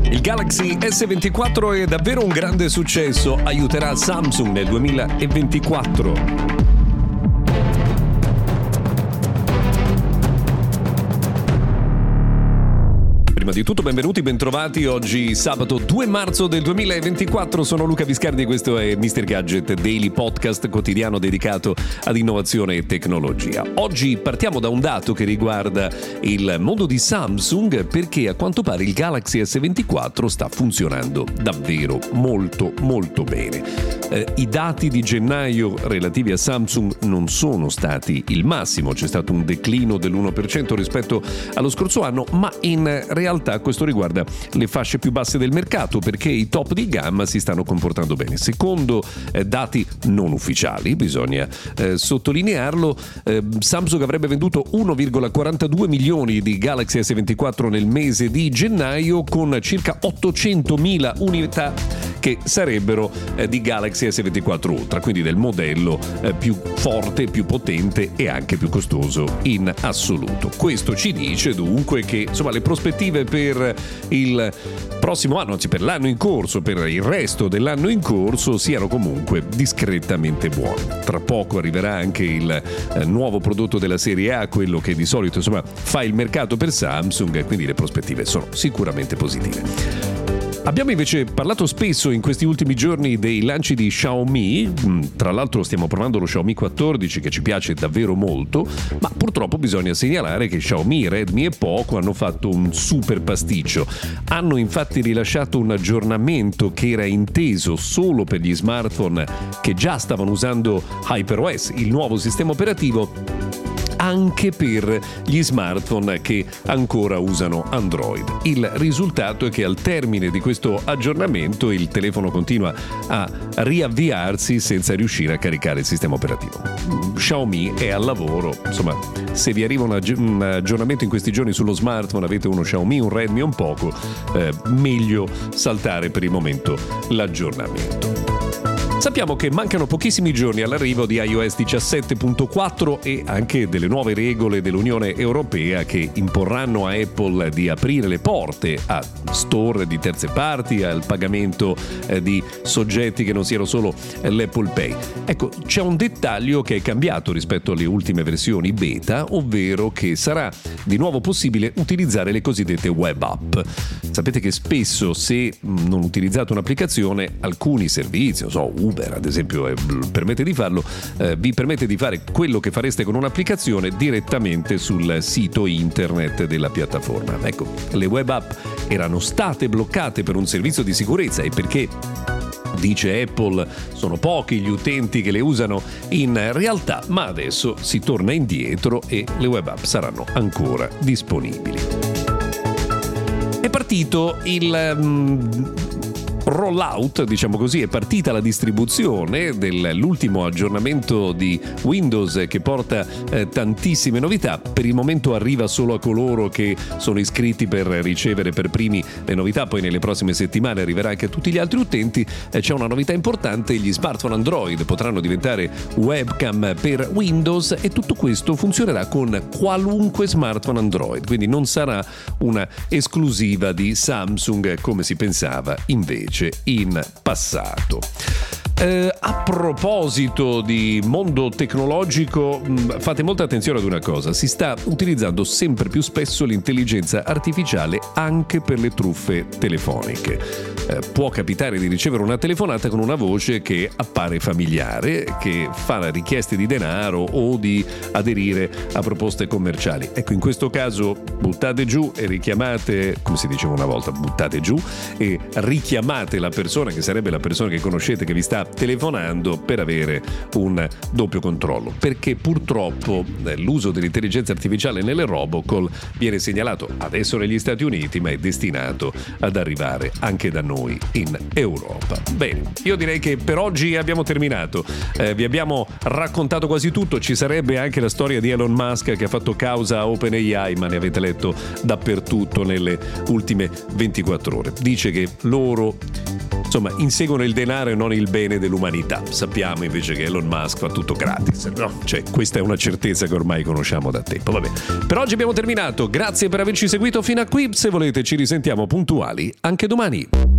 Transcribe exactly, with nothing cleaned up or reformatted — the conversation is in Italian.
Il Galaxy S ventiquattro è davvero un grande successo, aiuterà Samsung nel duemilaventiquattro. Prima di tutto benvenuti, bentrovati. Oggi sabato due marzo del duemilaventiquattro, sono Luca Viscardi e questo è mister Gadget Daily Podcast quotidiano dedicato ad innovazione e tecnologia. Oggi partiamo da un dato che riguarda il mondo di Samsung, perché a quanto pare il Galaxy S ventiquattro sta funzionando davvero molto molto bene. Eh, I dati di gennaio relativi a Samsung non sono stati il massimo, c'è stato un declino dell'uno per cento rispetto allo scorso anno, ma in realtà questo riguarda le fasce più basse del mercato, perché i top di gamma si stanno comportando bene. Secondo eh, dati non ufficiali, bisogna eh, sottolinearlo, eh, Samsung avrebbe venduto uno virgola quarantadue milioni di Galaxy S ventiquattro nel mese di gennaio, con circa ottocentomila unità che sarebbero eh, di Galaxy S ventiquattro Ultra, quindi del modello eh, più forte, più potente e anche più costoso in assoluto. Questo ci dice dunque che insomma le prospettive per il prossimo anno, anzi per l'anno in corso, per il resto dell'anno in corso, siano comunque discretamente buone. Tra poco arriverà anche il eh, nuovo prodotto della serie A, quello che di solito insomma fa il mercato per Samsung, e quindi le prospettive sono sicuramente positive. Abbiamo invece parlato spesso in questi ultimi giorni dei lanci di Xiaomi, tra l'altro stiamo provando lo Xiaomi quattordici che ci piace davvero molto, ma purtroppo bisogna segnalare che Xiaomi, Redmi e Poco hanno fatto un super pasticcio. Hanno infatti rilasciato un aggiornamento che era inteso solo per gli smartphone che già stavano usando HyperOS, il nuovo sistema operativo, anche per gli smartphone che ancora usano Android. Il risultato è che al termine di questo aggiornamento il telefono continua a riavviarsi senza riuscire a caricare il sistema operativo. Xiaomi è al lavoro, insomma, se vi arriva un, aggi- un aggiornamento in questi giorni sullo smartphone, avete uno Xiaomi, un Redmi o un Poco, eh, meglio saltare per il momento l'aggiornamento. Sappiamo che mancano pochissimi giorni all'arrivo di iOS diciassette punto quattro e anche delle nuove regole dell'Unione Europea che imporranno a Apple di aprire le porte a store di terze parti, al pagamento eh, di soggetti che non siano solo eh, l'Apple Pay. Ecco, c'è un dettaglio che è cambiato rispetto alle ultime versioni beta, ovvero che sarà di nuovo possibile utilizzare le cosiddette web app. Sapete che spesso, se non utilizzate un'applicazione, alcuni servizi, non so, Uber ad esempio eh, permette di farlo, eh, vi permette di fare quello che fareste con un'applicazione direttamente sul sito internet della piattaforma. Ecco, le web app erano state bloccate per un servizio di sicurezza e perché, dice Apple, sono pochi gli utenti che le usano in realtà, ma adesso si torna indietro e le web app saranno ancora disponibili. È partito il um, rollout, diciamo così, è partita la distribuzione dell'ultimo aggiornamento di Windows che porta eh, tantissime novità. Per il momento arriva solo a coloro che sono iscritti per ricevere per primi le novità, poi nelle prossime settimane arriverà anche a tutti gli altri utenti. Eh, c'è una novità importante: gli smartphone Android potranno diventare webcam per Windows e tutto questo funzionerà con qualunque smartphone Android, quindi non sarà una esclusiva di Samsung come si pensava invece in passato. Eh, a proposito di mondo tecnologico, fate molta attenzione ad una cosa: si sta utilizzando sempre più spesso l'intelligenza artificiale anche per le truffe telefoniche. Eh, può capitare di ricevere una telefonata con una voce che appare familiare, che fa richieste di denaro o di aderire a proposte commerciali. Ecco, in questo caso buttate giù e richiamate, come si diceva una volta, buttate giù e richiamate la persona che sarebbe la persona che conoscete che vi sta telefonando, per avere un doppio controllo, perché purtroppo l'uso dell'intelligenza artificiale nelle robocall viene segnalato adesso negli Stati Uniti, ma è destinato ad arrivare anche da noi in Europa. Bene, io direi che per oggi abbiamo terminato, eh, vi abbiamo raccontato quasi tutto. Ci sarebbe anche la storia di Elon Musk che ha fatto causa a OpenAI, ma ne avete letto dappertutto nelle ultime ventiquattro ore. Dice che loro insomma inseguono il denaro e non il bene dell'umanità. Sappiamo invece che Elon Musk fa tutto gratis, no? Cioè, questa è una certezza che ormai conosciamo da tempo. Vabbè, per oggi abbiamo terminato, grazie per averci seguito fino a qui, se volete ci risentiamo puntuali anche domani.